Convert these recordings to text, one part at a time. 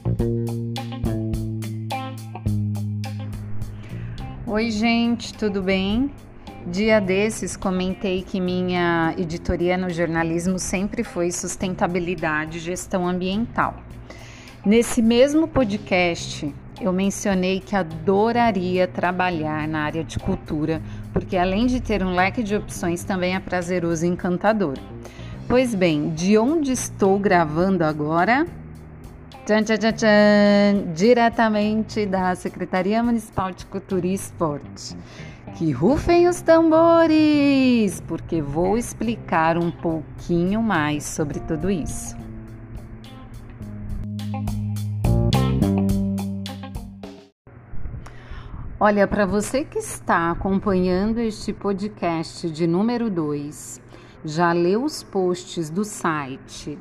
Oi, gente, tudo bem? Dia desses comentei que minha editoria no jornalismo sempre foi sustentabilidade e gestão ambiental. Nesse mesmo podcast, eu mencionei que adoraria trabalhar na área de cultura, porque além de ter um leque de opções, também é prazeroso e encantador. Pois bem, de onde estou gravando agora? Tchan, tchan, tchan, tchan, diretamente da Secretaria Municipal de Cultura e Esporte. Que rufem os tambores, porque vou explicar um pouquinho mais sobre tudo isso. Olha, para você que está acompanhando este podcast de número 2, já leu os posts do site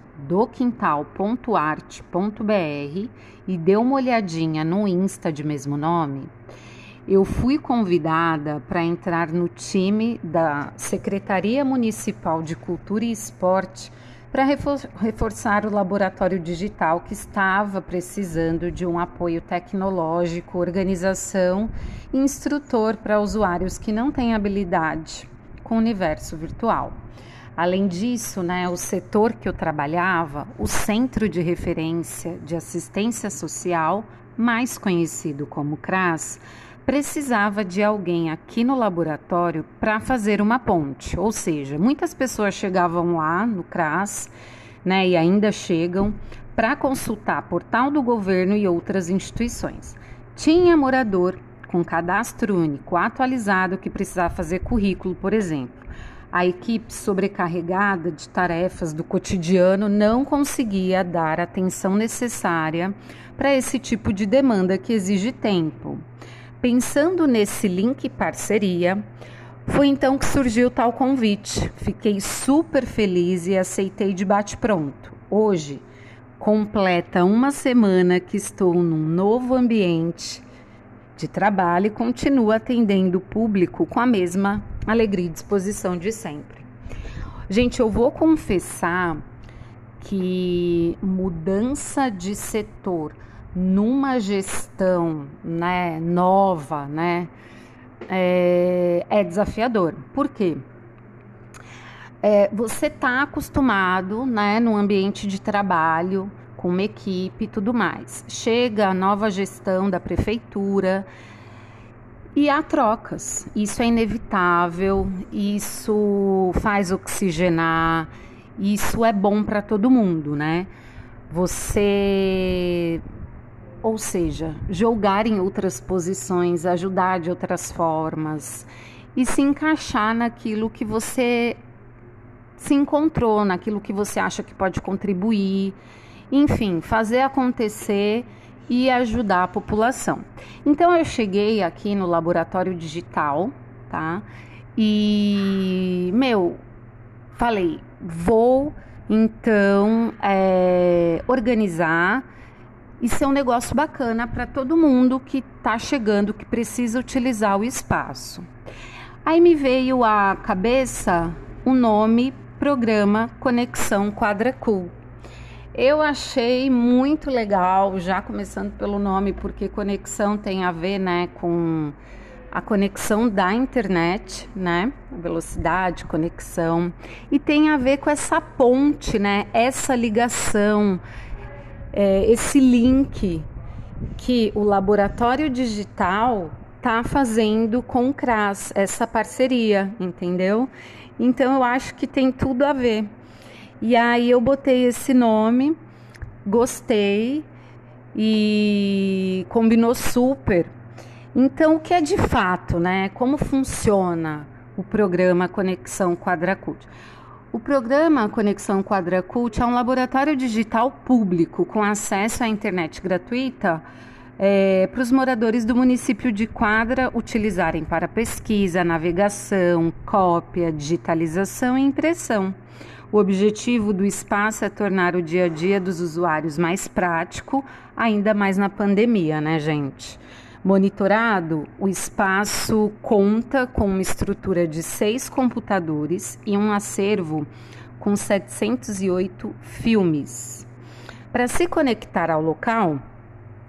doquintal.arte.br e deu uma olhadinha no Insta de mesmo nome? Eu fui convidada para entrar no time da Secretaria Municipal de Cultura e Esporte para reforçar o laboratório digital que estava precisando de um apoio tecnológico, organização e instrutor para usuários que não têm habilidade com o universo virtual. Além disso, o setor que eu trabalhava, o Centro de Referência de Assistência Social, mais conhecido como CRAS, precisava de alguém aqui no laboratório para fazer uma ponte, ou seja, muitas pessoas chegavam lá no CRAS, e ainda chegam, para consultar portal do governo e outras instituições. Tinha morador com cadastro único atualizado que precisava fazer currículo, por exemplo. A equipe sobrecarregada de tarefas do cotidiano não conseguia dar a atenção necessária para esse tipo de demanda que exige tempo. Pensando nesse link parceria, foi então que surgiu tal convite. Fiquei super feliz e aceitei de bate-pronto. Hoje, completa uma semana que estou num novo ambiente de trabalho e continuo atendendo o público com a mesma alegria e disposição de sempre. Gente, eu vou confessar que mudança de setor numa gestão nova, é desafiador. Por quê? Você está acostumado, num ambiente de trabalho, com uma equipe e tudo mais. Chega a nova gestão da prefeitura e há trocas. Isso é inevitável, isso faz oxigenar, isso é bom para todo mundo, Ou seja, jogar em outras posições, ajudar de outras formas e se encaixar naquilo que você se encontrou, naquilo que você acha que pode contribuir, enfim, fazer acontecer e ajudar a população. Então eu cheguei aqui no laboratório digital, tá? E, falei, vou então organizar e ser um negócio bacana para todo mundo que está chegando, que precisa utilizar o espaço. Aí me veio à cabeça o nome Programa Conexão Quadracool. Eu achei muito legal, já começando pelo nome, porque conexão tem a ver, com a conexão da internet, a velocidade, conexão, e tem a ver com essa ponte, essa ligação, esse link que o laboratório digital está fazendo com o CRAS, essa parceria, entendeu? Então eu acho que tem tudo a ver. E aí eu botei esse nome, gostei e combinou super. Então, o que é de fato, Como funciona o programa Conexão Quadracult? O programa Conexão Quadracult é um laboratório digital público com acesso à internet gratuita para os moradores do município de Quadra utilizarem para pesquisa, navegação, cópia, digitalização e impressão. O objetivo do espaço é tornar o dia a dia dos usuários mais prático, ainda mais na pandemia, gente? Monitorado, o espaço conta com uma estrutura de 6 computadores e um acervo com 708 filmes. Para se conectar ao local,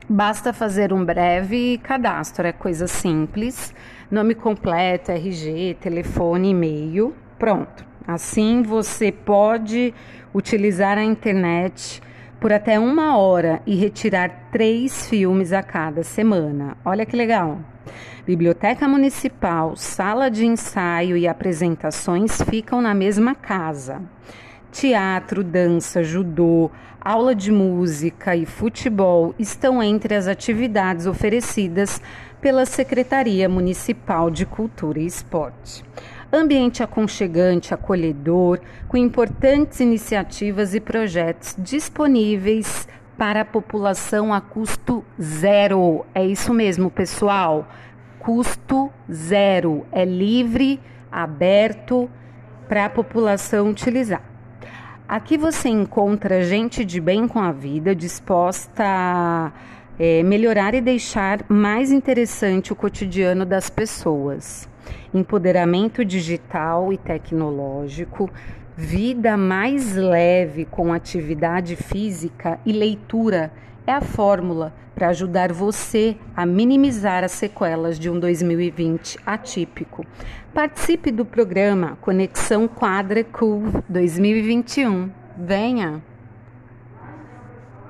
Basta fazer um breve cadastro, é coisa simples. Nome completo, RG, telefone, e-mail, pronto. Assim você pode utilizar a internet por até 1 hora e retirar 3 filmes a cada semana. Olha que legal! Biblioteca Municipal, sala de ensaio e apresentações ficam na mesma casa. Teatro, dança, judô, aula de música e futebol estão entre as atividades oferecidas pela Secretaria Municipal de Cultura e Esporte. Ambiente aconchegante, acolhedor, com importantes iniciativas e projetos disponíveis para a população a custo zero. É isso mesmo, pessoal. Custo zero. É livre, aberto para a população utilizar. Aqui você encontra gente de bem com a vida, disposta a melhorar e deixar mais interessante o cotidiano das pessoas. Empoderamento digital e tecnológico, vida mais leve com atividade física e leitura é a fórmula para ajudar você a minimizar as sequelas de um 2020 atípico. Participe do programa Conexão Quadra Cool 2021. Venha!